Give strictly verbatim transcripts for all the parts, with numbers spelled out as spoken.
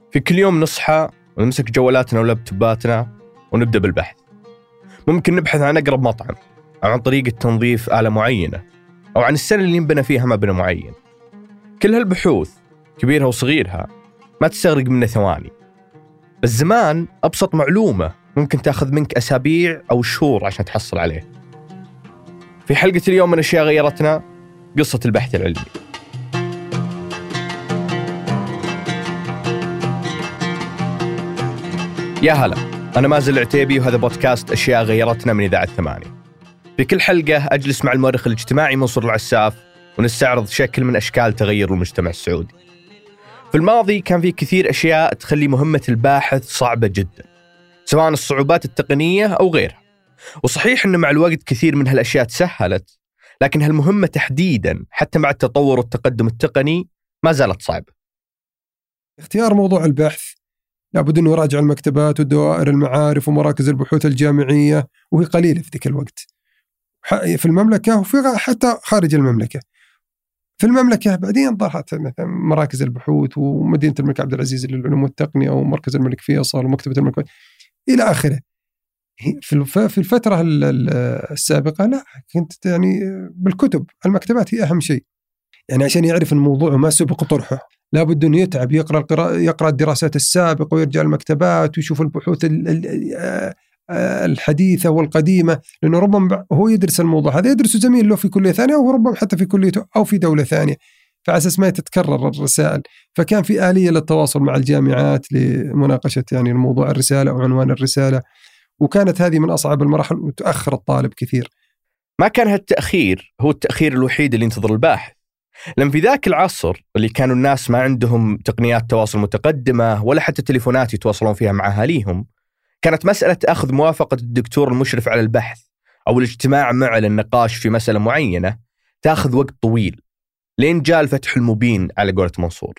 في كل يوم نصحى ونمسك جوالاتنا ولابتوباتنا ونبدأ بالبحث. ممكن نبحث عن أقرب مطعم، أو عن طريقة تنظيف آلة معينة، أو عن السنة اللي ينبنى فيها مبنى معين. كل هالبحوث كبيرها وصغيرها ما تستغرق منا ثواني. بس زمان أبسط معلومة ممكن تأخذ منك أسابيع أو شهور عشان تحصل عليه. في حلقة اليوم من أشياء غيرتنا، قصة البحث العلمي. يا هلا، أنا مازن العتيبي وهذا بودكاست أشياء غيرتنا من إذاعة ثمانية. في كل حلقة أجلس مع المؤرخ الاجتماعي منصور العساف ونستعرض شكل من أشكال تغير المجتمع السعودي. في الماضي كان في كثير أشياء تخلي مهمة الباحث صعبة جدا، سواء الصعوبات التقنية أو غيرها. وصحيح أن مع الوقت كثير من هالأشياء تسهلت، لكن هالمهمة تحديدا حتى مع التطور والتقدم التقني ما زالت صعبة. اختيار موضوع البحث لابد أنه يراجع المكتبات والدوائر المعارف ومراكز البحوث الجامعية، وهي قليلة في ذيك الوقت في المملكة وفي حتى خارج المملكة. في المملكة بعدين ظهرت مثلا مراكز البحوث ومدينة الملك عبد العزيز للعلوم والتقنية ومركز الملك فيصل ومكتبة الملك إلى آخره. في الفترة السابقة لا، كنت يعني بالكتب، المكتبات هي أهم شيء. يعني عشان يعرف الموضوع وما سبق طرحه لابد أن يتعب، يقرأ القراءة، يقرأ الدراسات السابقة ويرجع المكتبات ويشوف البحوث الحديثة والقديمة، لأنه ربما هو يدرس الموضوع هذا يدرسه زميل له في كلية ثانية أو ربما حتى في كليته أو في دولة ثانية، فعلى أساس ما تتكرر الرسائل. فكان في آلية للتواصل مع الجامعات لمناقشة يعني الموضوع الرسالة أو عنوان الرسالة، وكانت هذه من أصعب المراحل وتأخر الطالب كثير. ما كان هالتأخير هو التأخير الوحيد اللي ينتظر الباحث، لأن في ذاك العصر اللي كانوا الناس ما عندهم تقنيات تواصل متقدمة ولا حتى تليفونات يتواصلون فيها مع أهاليهم، كانت مسألة أخذ موافقة الدكتور المشرف على البحث أو الاجتماع معه للنقاش في مسألة معينة تأخذ وقت طويل، لين جاء الفتح المبين على قولة منصور.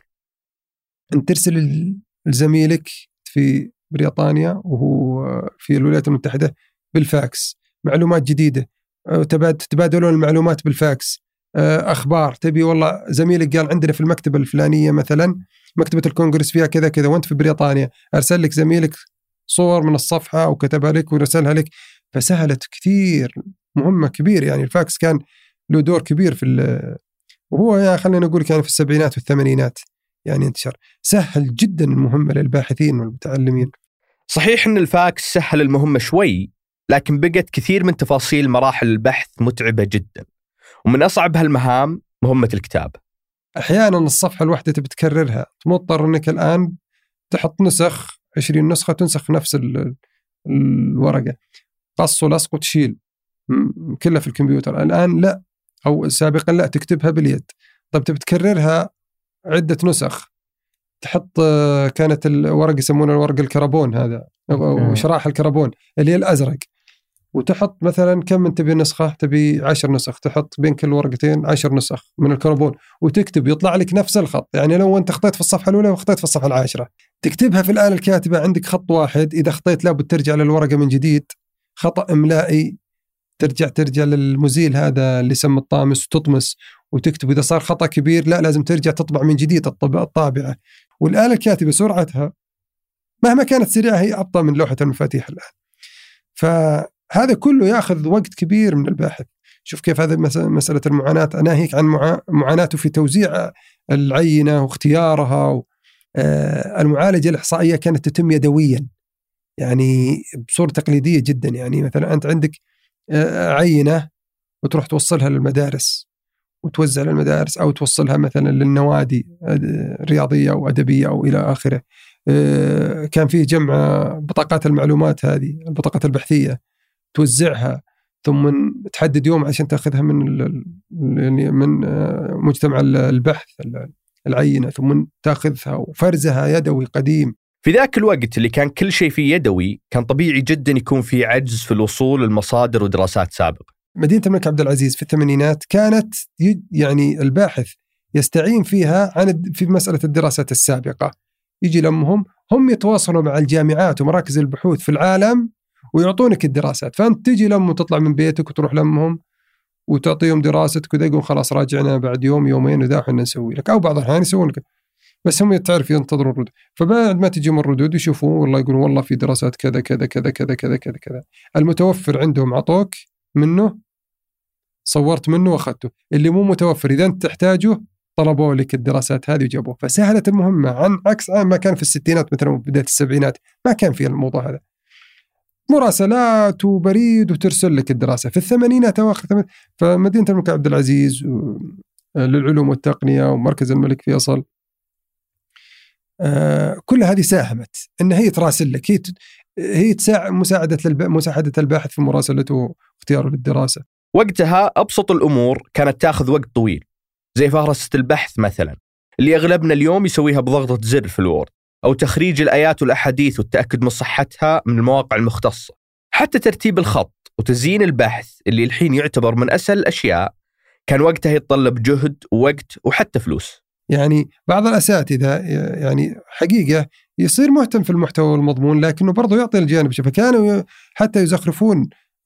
أنت ترسل لزميلك في بريطانيا وهو في الولايات المتحدة بالفاكس معلومات جديدة، تبادلون المعلومات بالفاكس، أخبار تبي والله زميلك قال عندنا في المكتبة الفلانية مثلا مكتبة الكونغرس فيها كذا كذا وانت في بريطانيا، أرسل لك زميلك صور من الصفحة أو كتبها لك ورسلها لك، فسهلت كثير، مهمة كبير. يعني الفاكس كان له دور كبير في وهو يعني خلينا نقول كان في السبعينات والثمانينات يعني انتشر، سهل جدا المهمة للباحثين والمتعلمين. صحيح أن الفاكس سهل المهمة شوي، لكن بقت كثير من تفاصيل مراحل البحث متعبة جدا، ومن أصعب هالمهام مهمة الكتاب. أحيانا الصفحة الواحدة تبي تكررها، مضطر أنك الآن تحط نسخ عشرين نسخة تنسخ نفس الورقة، قص ولصق وتشيل كلها في الكمبيوتر. الآن لا، أو سابقا لا، تكتبها باليد. طب تبي تكررها عدة نسخ، تحط كانت الورق يسمونه الورق الكربون هذا أو شراح الكربون اللي هي الأزرق، وتحط مثلا كم من تبي نسخة، تبي عشر نسخ، تحط بين كل ورقتين عشر نسخ من الكربون وتكتب، يطلع لك نفس الخط. يعني لو أنت خطيت في الصفحة الأولى وخطيت في الصفحة العاشرة، تكتبها في الآلة الكاتبة عندك خط واحد، إذا خطيت لابد ترجع للورقة من جديد، خطأ إملائي ترجع ترجع للمزيل هذا اللي يسمى الطامس وتطمس وتكتب. إذا صار خطأ كبير لا، لازم ترجع تطبع من جديد الطابعة. والآلة الكاتبة سرعتها مهما كانت سريعة هي أبطأ من لوحة المفاتيح الآن، فهذا كله يأخذ وقت كبير من الباحث. شوف كيف هذا مسألة المعاناة، ناهيك عن معاناته في توزيع العينة واختيارها و... آه المعالجة الإحصائية كانت تتم يدويا، يعني بصورة تقليدية جدا. يعني مثلا أنت عندك آه عينة وتروح توصلها للمدارس وتوزع للمدارس، أو توصلها مثلا للنوادي رياضية أو أدبية أو إلى آخره. آه كان فيه جمع بطاقات المعلومات، هذه البطاقات البحثية، توزعها ثم تحدد يوم عشان تأخذها من من مجتمع البحث العينة، ثم تأخذها وفرزها يدوي قديم. في ذاك الوقت اللي كان كل شيء فيه يدوي، كان طبيعي جدا يكون في عجز في الوصول للمصادر ودراسات سابقة. مدينة الملك عبد العزيز في الثمانينات كانت يعني الباحث يستعين فيها عن في مسألة الدراسات السابقة، يجي لمهم هم يتواصلوا مع الجامعات ومراكز البحوث في العالم ويعطونك الدراسات، فأنت تجي لهم وتطلع من بيتك وتروح لمهم وتعطيهم دراستك وذا يقول خلاص راجعنا بعد يوم يومين وذا احنا نسوي لك، أو بعض الأحيان يسوون لك بس هم تعرف ينتظروا الردود. فبعد ما تجيهم الردود يشوفوا والله يقولوا والله في دراسات كذا كذا كذا كذا كذا كذا كذا، المتوفر عندهم عطوك منه، صورت منه واخذته، اللي مو متوفر اذا انت تحتاجه طلبوا لك الدراسات هذه وجابوه. فسهلت المهمة عن عكس ما كان في الستينات مثلا وبداية السبعينات، ما كان في الموضوع هذا، مراسلات وبريد وترسل لك الدراسة. في الثمانينات أواخر فمدينة الملك عبد العزيز للعلوم والتقنية ومركز الملك فيصل كل هذه ساهمت إن هي تراسل لك، هي هي تساعد مساعدة الب... مساعدة الباحث في مراسلته واختياره للدراسة. وقتها أبسط الأمور كانت تأخذ وقت طويل، زي فهرسة البحث مثلا اللي أغلبنا اليوم يسويها بضغطة زر في الوورد، أو تخريج الآيات والأحاديث والتأكد من صحتها من المواقع المختصة. حتى ترتيب الخط وتزيين البحث اللي الحين يعتبر من أسهل الأشياء كان وقتها يتطلب جهد ووقت وحتى فلوس. يعني بعض الأساتذة يعني حقيقة يصير مهتم في المحتوى والمضمون، لكنه برضو يعطي الجانب، فكانوا حتى يزخرفون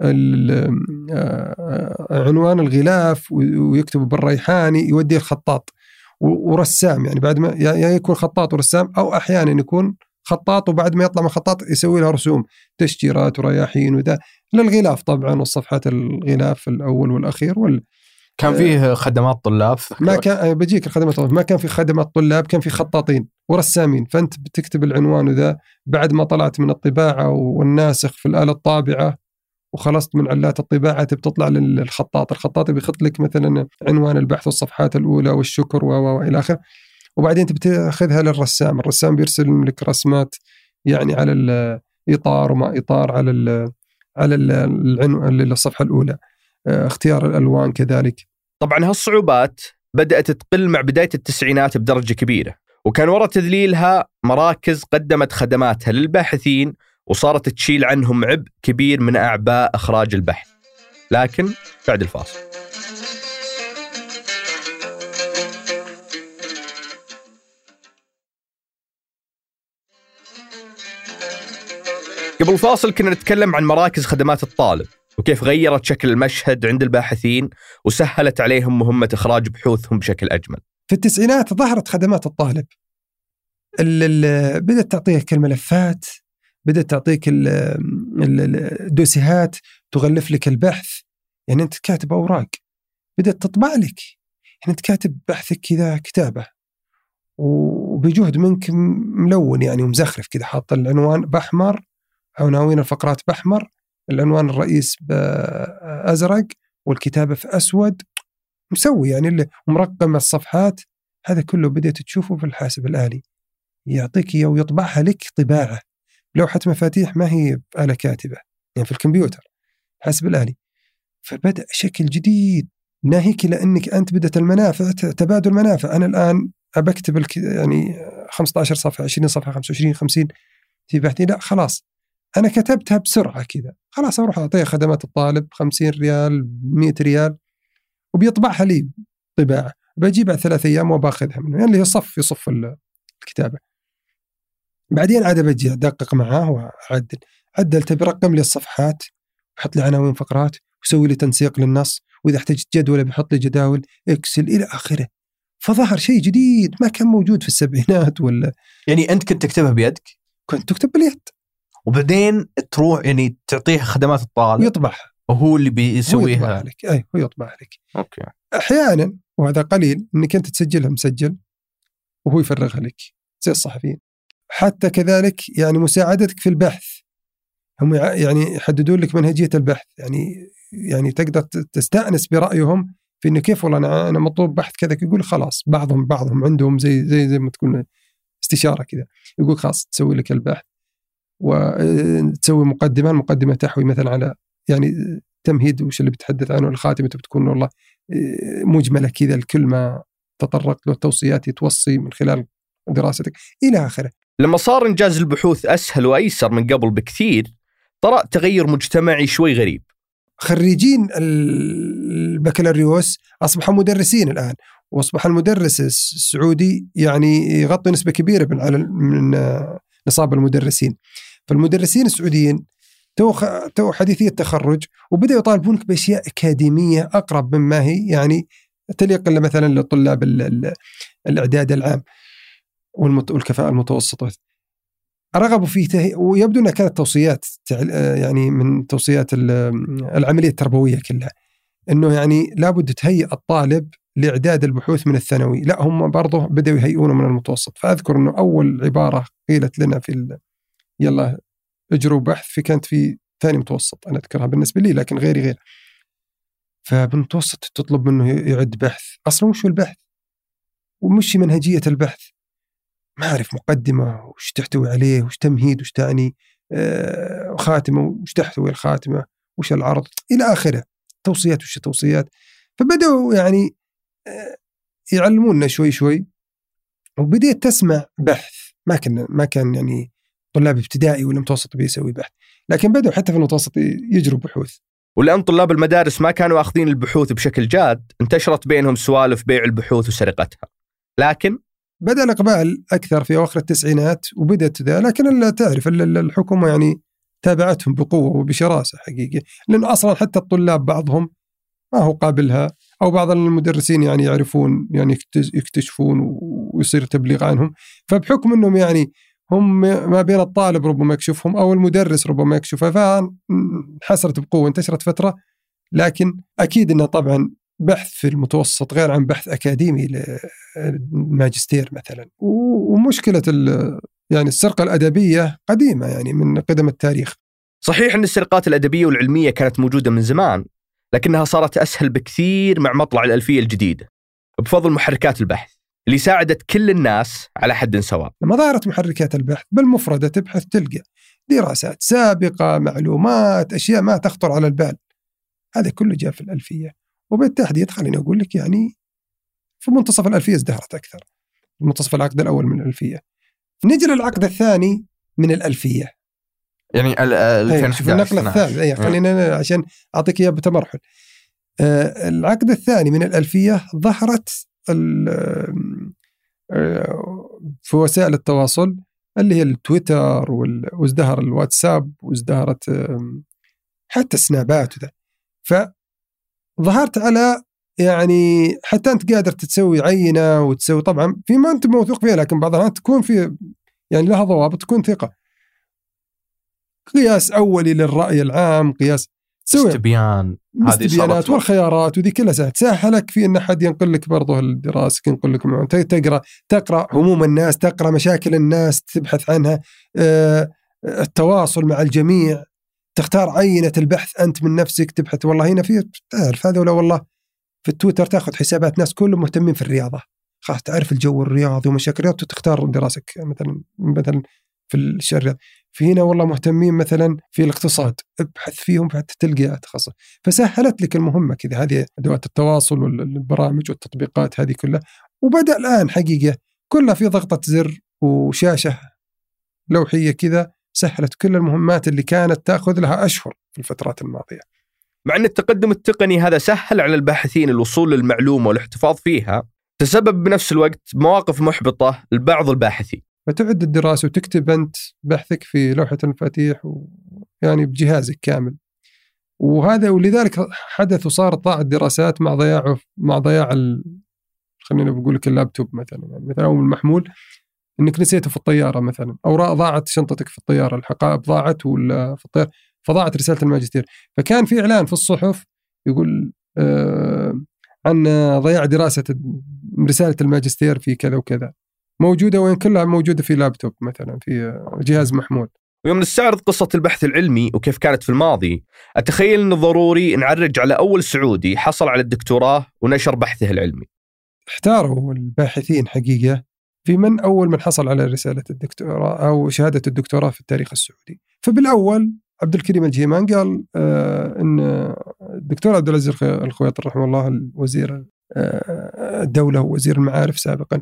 عنوان الغلاف ويكتبوا بالريحاني يوديه الخطاط ورسام، يعني بعد ما يكون خطاط ورسام، أو أحيانا يكون خطاط وبعد ما يطلع من خطاط يسوي لها رسوم تشجيرات ورياحين وده للغلاف طبعا، والصفحات الغلاف الأول والأخير وال كان فيه خدمات طلاب، ما كان بجيك الخدمات طلاب. ما كان في خدمات طلاب، كان في خطاطين ورسامين. فأنت بتكتب العنوان وذا بعد ما طلعت من الطباعة والناسخ في الآلة الطابعة وخلصت من علات الطباعة بتطلع للخطاط، الخطاط بيخط لك مثلا عنوان البحث والصفحات الأولى والشكر وإلى آخره، وبعدين انت بتاخذها للرسام، الرسام بيرسل لك رسمات يعني على الإطار وما إطار على ال على العنوان للصفحة الأولى، اختيار الألوان كذلك. طبعا هالصعوبات بدأت تقل مع بداية التسعينات بدرجة كبيرة، وكان وراء تذليلها مراكز قدمت خدماتها للباحثين وصارت تشيل عنهم عبء كبير من أعباء إخراج البحث. لكن بعد الفاصل. قبل الفاصل كنا نتكلم عن مراكز خدمات الطالب وكيف غيرت شكل المشهد عند الباحثين وسهلت عليهم مهمة إخراج بحوثهم بشكل أجمل. في التسعينات ظهرت خدمات الطالب، بدأت تعطيك الملفات، بدأت تعطيك الدوسيهات، تغلف لك البحث، يعني أنت كاتب أوراق بدأت تطبع لك، يعني أنت كاتب بحثك كذا كتابة وبجهد منك ملون يعني ومزخرف كذا، حاط العنوان بأحمر، عناوين الفقرات بأحمر، العنوان الرئيس بأزرق والكتابة في أسود، مسوي يعني اللي مرقم الصفحات، هذا كله بدأت تشوفه في الحاسب الآلي، يعطيك إياه ويطبعها لك طباعة، لوحة مفاتيح ما هي آلة كاتبة يعني في الكمبيوتر، حاسب الآلي. فبدأ شكل جديد ناهيك لأنك أنت بدأت المنافع، تبادل منافع. أنا الآن أبكتب الك... يعني خمسة عشر صفحة، عشرين صفحة، خمسة وعشرين، خمسين في بحثي، لا خلاص أنا كتبتها بسرعة كذا، خلاص أروح أعطيها خدمات الطالب خمسين ريال، مئة ريال، وبيطبعها لي طباعة، بجي بعد ثلاث أيام وباخذها منه، يعني اللي يصف يصف الكتابة. بعدين عاد بجي أدقق معاه وأعدل، عدلت برقم لي الصفحات، وحط لي عناوين فقرات، وسوي لي تنسيق للنص، وإذا احتجت جدول بيحط لي جداول إكسل إلى آخره. فظهر شيء جديد ما كان موجود في السبعينات. ولا يعني أنت كنت تكتبها بيدك؟ كنت تكتب باليد، وبعدين تروح يعني تعطيها خدمات الطالب يطبعها، وهو اللي بيسويها. هو يطبع لك، أي هو يطبع لك. أوكي. أحيانا وهذا قليل إنك أنت تسجلها مسجل وهو يفرغها لك زي الصحفيين. حتى كذلك يعني مساعدتك في البحث، هم يعني يحددون لك منهجية البحث، يعني يعني تقدر تستأنس برأيهم في إنه كيف والله أنا أنا مطلوب بحث كذا، يقول خلاص بعضهم بعضهم عندهم زي زي زي ما تكون استشارة كذا، يقول خلاص تسوي لك البحث وتسوي مقدمة، المقدمة تحوي مثلا على يعني تمهيد وش اللي بتحدث عنه، الخاتمة بتكون والله مجملة كذا، الكل ما تطرقت له توصيات توصي من خلال دراستك إلى آخره. لما صار إنجاز البحوث أسهل وأيسر من قبل بكثير، طرأ تغير مجتمعي شوي غريب. خريجين البكالوريوس أصبحوا مدرسين الآن، وأصبح المدرس السعودي يعني يغطي نسبة كبيرة من من نصاب المدرسين. فالمدرسين السعوديين تو تو حديثية التخرج، وبدأوا يطالبونك بأشياء أكاديمية أقرب مما هي يعني تليق مثلا لطلاب الإعداد العام. والكفاءة المتوسطة رغبوا فيه ته... ويبدو أنها كانت توصيات يعني من توصيات العملية التربوية كلها، أنه يعني لابد تهيئ الطالب لإعداد البحوث من الثانوي. لا، هم برضه بدأوا يهيئونه من المتوسط. فأذكر أنه أول عبارة قيلت لنا في ال... يلا اجروا بحث في كانت في ثاني متوسط، أنا أذكرها بالنسبة لي، لكن غيري غير. فبالمتوسط تطلب منه يعد بحث، أصلا وش البحث ومش منهجية البحث، ما أعرف مقدمة وش تحتوي عليه، وش تمهيد، وش تعني آه، خاتمة، وش تحتوي الخاتمة، وش العرض إلى آخره، توصيات وش توصيات. فبدأوا يعني آه، يعلموننا شوي شوي، وبديت تسمع بحث. ما كان ما كان يعني طلاب ابتدائي ولا متوسط بيسوي بحث، لكن بدأوا حتى في المتوسط يجروا بحوث. ولأن طلاب المدارس ما كانوا أخذين البحوث بشكل جاد، انتشرت بينهم سوالف بيع البحوث وسرقتها. لكن بدأ الإقبال أكثر في أواخر التسعينات وبدأت ذا، لكن لا تعرف الحكومة يعني تابعتهم بقوة وبشراسة حقيقة، لأنه أصلا حتى الطلاب بعضهم ما هو قابلها، أو بعض المدرسين يعني يعرفون يعني يكتشفون ويصير تبليغ عنهم. فبحكم أنهم يعني هم ما بين الطالب ربما يكشفهم أو المدرس ربما يكشفها، فانحسرت بقوة، انتشرت فترة. لكن أكيد أنه طبعا بحث في المتوسط غير عن بحث أكاديمي للماجستير مثلا. ومشكلة يعني السرقة الأدبية قديمة يعني من قدم التاريخ. صحيح أن السرقات الأدبية والعلمية كانت موجودة من زمان، لكنها صارت أسهل بكثير مع مطلع الألفية الجديدة بفضل محركات البحث اللي ساعدت كل الناس على حد سواء. لما ظهرت محركات البحث بالمفردة تبحث تلقى دراسات سابقة، معلومات، أشياء ما تخطر على البال. هذا كله جاء في الألفية، وبالتحديد خليني أقول لك يعني في منتصف الألفية ازدهرت أكثر، منتصف العقد الأول من الألفية. نجي للعقد الثاني من الألفية، يعني ألفين وأحد عشر النقل الثالث. أيه خلينا عشان أعطيك إياه بتمرحل. آه العقد الثاني من الألفية ظهرت في وسائل التواصل اللي هي التويتر، وازدهر الواتساب، وازدهرت حتى السنابات وذا. فظهرت على يعني حتى أنت قادر تسوي عينة وتسوي، طبعا فيما أنت موثوق فيها، لكن بعضها تكون في يعني لها ضوابط، تكون ثقة، قياس أولي للرأي العام، قياس استبيان، هذه استبيانات والخيارات، وذي كلها سهل تسهلك في أن أحد ينقل لك برضه الدراسة، ينقل لك معه تقرأ تقرأ هموم الناس، تقرأ مشاكل الناس، تبحث عنها، أه التواصل مع الجميع، تختار عينة البحث أنت من نفسك، تبحث والله هنا في تعرف هذا ولا والله. في التويتر تأخذ حسابات ناس كلهم مهتمين في الرياضة، خلاص تعرف الجو الرياضي ومشاكل الرياضة، وتختار دراسك مثلا مثلا في الشريط. في هنا والله مهتمين مثلا في الاقتصاد، ابحث فيهم حتى تلقى تخصص. فسهلت لك المهمة كذا. هذه أدوات التواصل والبرامج والتطبيقات هذه كلها. وبدأ الآن حقيقة كلها في ضغطة زر وشاشة لوحية كذا، سهلت كل المهمات اللي كانت تأخذ لها أشهر في الفترات الماضية. مع أن التقدم التقني هذا سهل على الباحثين الوصول للمعلومة والاحتفاظ فيها، تسبب بنفس الوقت بمواقف محبطة لبعض الباحثين. فتعد الدراسة وتكتب أنت بحثك في لوحة المفاتيح ويعني بجهازك كامل، وهذا ولذلك حدث وصارت ضاع الدراسات مع ضياعه مع ضياع ال... خلينا بقول لك اللابتوب مثلا، يعني مثلا أو المحمول إنك نسيته في الطيارة مثلا، أو ضاعت شنطتك في الطيارة، الحقائب ضاعت ولا في الطيارة، فضاعت رسالة الماجستير. فكان في إعلان في الصحف يقول آه عن ضياع دراسة رسالة الماجستير في كذا وكذا، موجودة وين كلها موجودة في لابتوب مثلا، في جهاز محمول. ويوم نستعرض قصة البحث العلمي وكيف كانت في الماضي، أتخيل أنه ضروري نعرج على أول سعودي حصل على الدكتوراه ونشر بحثه العلمي. احتاروا الباحثين حقيقة في من أول من حصل على رسالة الدكتوراه أو شهادة الدكتوراه في التاريخ السعودي. فبالأول عبد الكريم الجيمان قال آه إن الدكتور عبد العزيز الخويط رحمه الله، الوزير آه الدولة ووزير المعارف سابقا،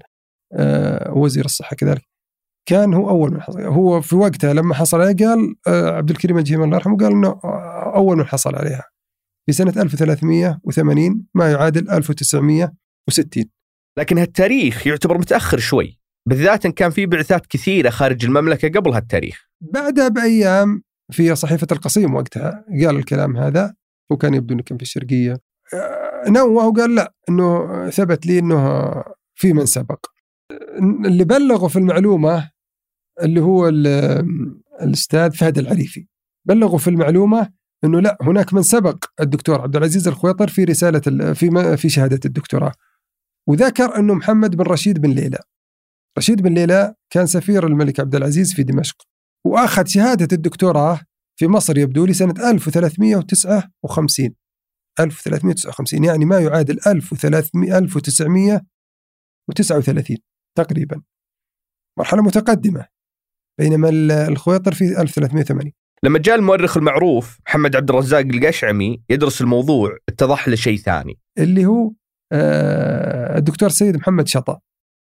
آه وزير الصحة كذلك، كان هو أول من حصل. هو في وقتها لما حصل عليه قال آه عبد الكريم الجيمان الله يرحمه، قال إنه أول من حصل عليها في سنة ألف وثلاثمائة وثمانين، ما يعادل ألف وتسعمائة وستين. لكن هالتاريخ يعتبر متأخر شوي، بالذات إن كان في بعثات كثيرة خارج المملكة قبل هالتاريخ. بعدها بأيام في صحيفة القصيم وقتها قال الكلام هذا، وكان يبدو أنه كان في الشرقية، نوه وقال لا، أنه ثبت لي أنه في من سبق. اللي بلغوا في المعلومة اللي هو الأستاذ فهد العريفي، بلغوا في المعلومة أنه لا، هناك من سبق الدكتور عبد العزيز الخويطر في رسالة في في شهادة الدكتوراه، وذكر أنه محمد بن رشيد بن ليلى. رشيد بن ليلى كان سفير الملك عبد العزيز في دمشق، وأخذ شهادة الدكتوراه في مصر يبدو لي سنة ألف وثلاثمئة وتسعة وخمسين ألف وثلاثمئة وتسعة وخمسين، يعني ما يعادل ألف وتسعمئة وتسعة وثلاثين تقريبا، مرحلة متقدمة، بينما الخويطر في ألف وثلاثمئة وثمانين. لما جاء المؤرخ المعروف محمد عبد الرزاق القشعمي يدرس الموضوع اتضح له شيء ثاني، اللي هو الدكتور سيد محمد شطا،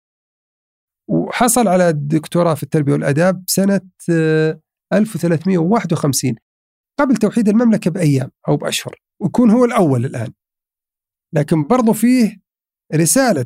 وحصل على الدكتوراه في التربية والأداب سنة ألف وثلاثمئة وواحد وخمسين قبل توحيد المملكة بأيام أو بأشهر، ويكون هو الأول الآن. لكن برضو فيه رسالة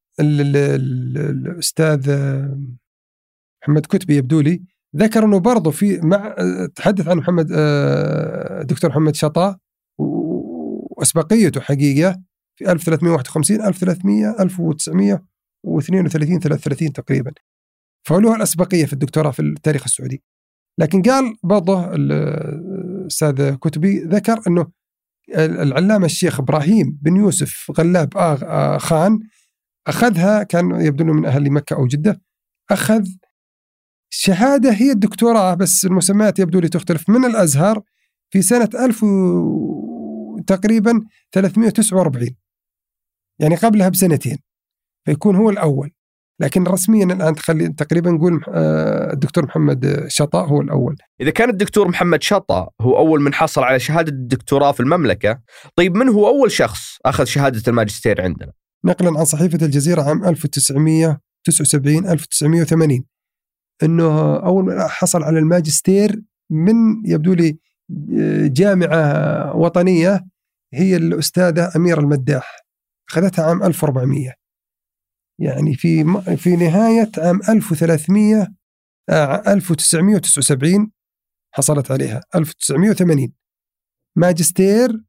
الأستاذ محمد كتبي يبدو لي ذكر أنه برضو في مع تحدث عن محمد الدكتور محمد شطا وأسبقيته حقيقة في ألف وثلاثمئة وواحد وخمسين ألف وثلاثمئة ألف وتسعمئة واثنين وثلاثين ثلاثة وثلاثين تقريبا، فله الأسبقية في الدكتوراه في التاريخ السعودي. لكن قال برضه الأستاذ كتبي ذكر أنه العلامة الشيخ إبراهيم بن يوسف غلاب آغ خان أخذها، كان يبدو من أهل مكة أو جدة، أخذ شهادة هي الدكتوراه بس المسميات يبدو لي تختلف من الأزهر في سنة ألف تقريبا ثلاثمئة وتسعة وأربعين، يعني قبلها بسنتين، فيكون هو الأول. لكن رسميا الآن تخلي تقريبا نقول الدكتور محمد شطا هو الأول. إذا كان الدكتور محمد شطا هو أول من حصل على شهادة الدكتوراه في المملكة، طيب من هو أول شخص أخذ شهادة الماجستير عندنا؟ نقلا عن صحيفة الجزيرة عام ألف وتسعمئة وتسعة وسبعين ألف وتسعمئة وثمانين أنه أول من حصل على الماجستير من يبدو لي جامعة وطنية هي الأستاذة أميرة المداح، أخذتها عام ألف وأربعمئة، يعني في في نهاية عام ألف وثلاثمئة ألف وتسعمئة وتسعة وسبعين حصلت عليها ألف وتسعمئة وثمانين ماجستير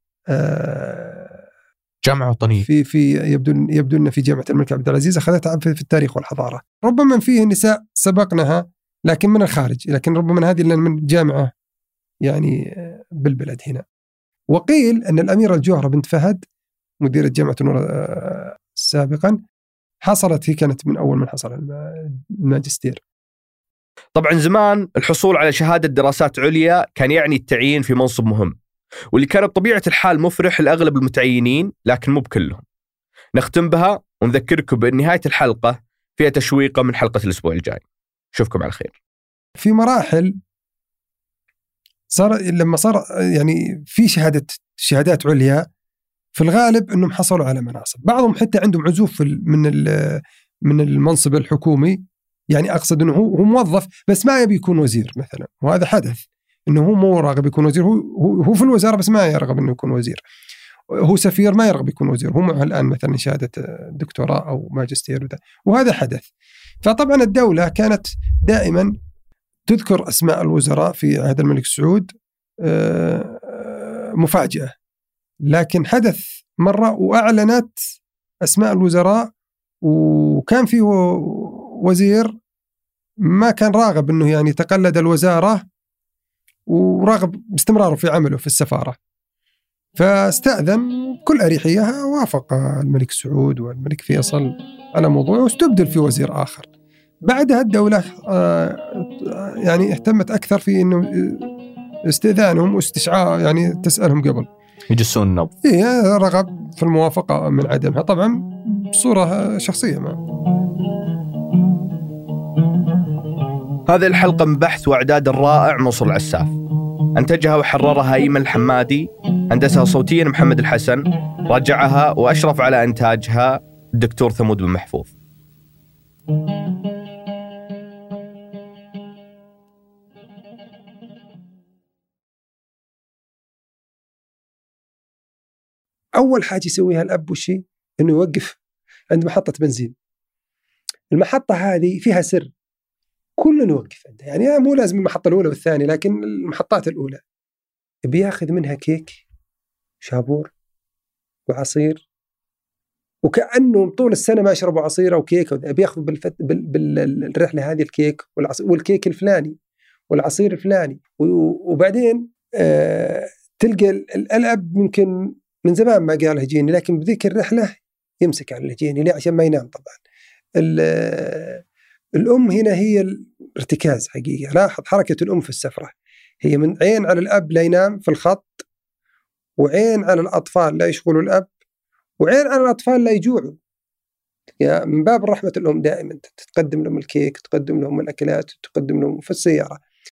جامعة وطنية في في يبدو يبدو أن في جامعة الملك عبد العزيز، أخذتها في التاريخ والحضارة. ربما فيه نساء سبقناها لكن من الخارج، لكن ربما هذه من جامعة يعني بالبلد هنا. وقيل أن الأميرة الجوهرة بنت فهد مديرة جامعة النور سابقا حصلت، هي كانت من أول من حصل الماجستير. طبعا زمان الحصول على شهادة دراسات عليا كان يعني التعيين في منصب مهم، واللي كان بطبيعة الحال مفرح لأغلب المتعينين لكن مو بكلهم. نختم بها ونذكركم بأن نهاية الحلقة فيها تشويقة من حلقة الأسبوع الجاي. شوفكم على خير. في مراحل صار لما صار يعني في شهادة شهادات عليا في الغالب أنهم حصلوا على مناصب، بعضهم حتى عندهم عزوف من من المنصب الحكومي، يعني أقصد أنه هو موظف بس ما يبي يكون وزير مثلا، وهذا حدث أنه هو مو راغب يكون وزير، هو هو في الوزارة بس ما يرغب أنه يكون وزير، هو سفير ما يرغب يكون وزير، هو معه الآن مثلا شهادة دكتوراه أو ماجستير وده، وهذا حدث. فطبعا الدولة كانت دائما تذكر أسماء الوزراء في عهد الملك سعود مفاجأة، لكن حدث مرة وأعلنت أسماء الوزراء، وكان فيه وزير ما كان راغب أنه يعني تقلد الوزارة وراغب باستمراره في عمله في السفارة، فاستأذن بكل أريحية، وافق الملك سعود والملك فيصل على موضوع واستبدل في وزير آخر. بعدها الدولة يعني اهتمت أكثر في أنه استئذانهم واستشعار، يعني تسألهم قبل يجسون النبض، إيه رغب في الموافقة من عدمها، طبعا بصورة شخصية. ما هذه الحلقة من بحث وإعداد الرائع منصور العساف، أنتجها وحررها أيمن الحمادي، هندسها صوتيا محمد الحسن، راجعها وأشرف على إنتاجها الدكتور ثمود بن محفوظ. أول حاجة يسويها الأب وشي إنه يوقف عند محطة بنزين. المحطة هذه فيها سر، كلنا نوقف عندها، يعني مو لازم المحطة الأولى والثانية، لكن المحطات الأولى بياخذ منها كيك شابور وعصير وكأنهم طول السنة ما يشربوا عصير أو كيك، بياخذوا بالفت... بال... بالرحلة هذه الكيك والعص... والكيك الفلاني والعصير الفلاني. وبعدين آه تلقى الأب ممكن من زمان ما قال هجيني، لكن بذيك الرحلة يمسك على الهجيني ليه؟ عشان ما ينام. طبعا الأم هنا هي الارتكاز حقيقة. لاحظ حركة الأم في السفرة، هي من عين على الأب لا ينام في الخط، وعين على الأطفال لا يشغلوا الأب، وعين على الأطفال لا يجوعوا. يعني من باب رحمة الأم دائما تقدم لهم الكيك، تقدم لهم الأكلات، تقدم لهم في السيارة.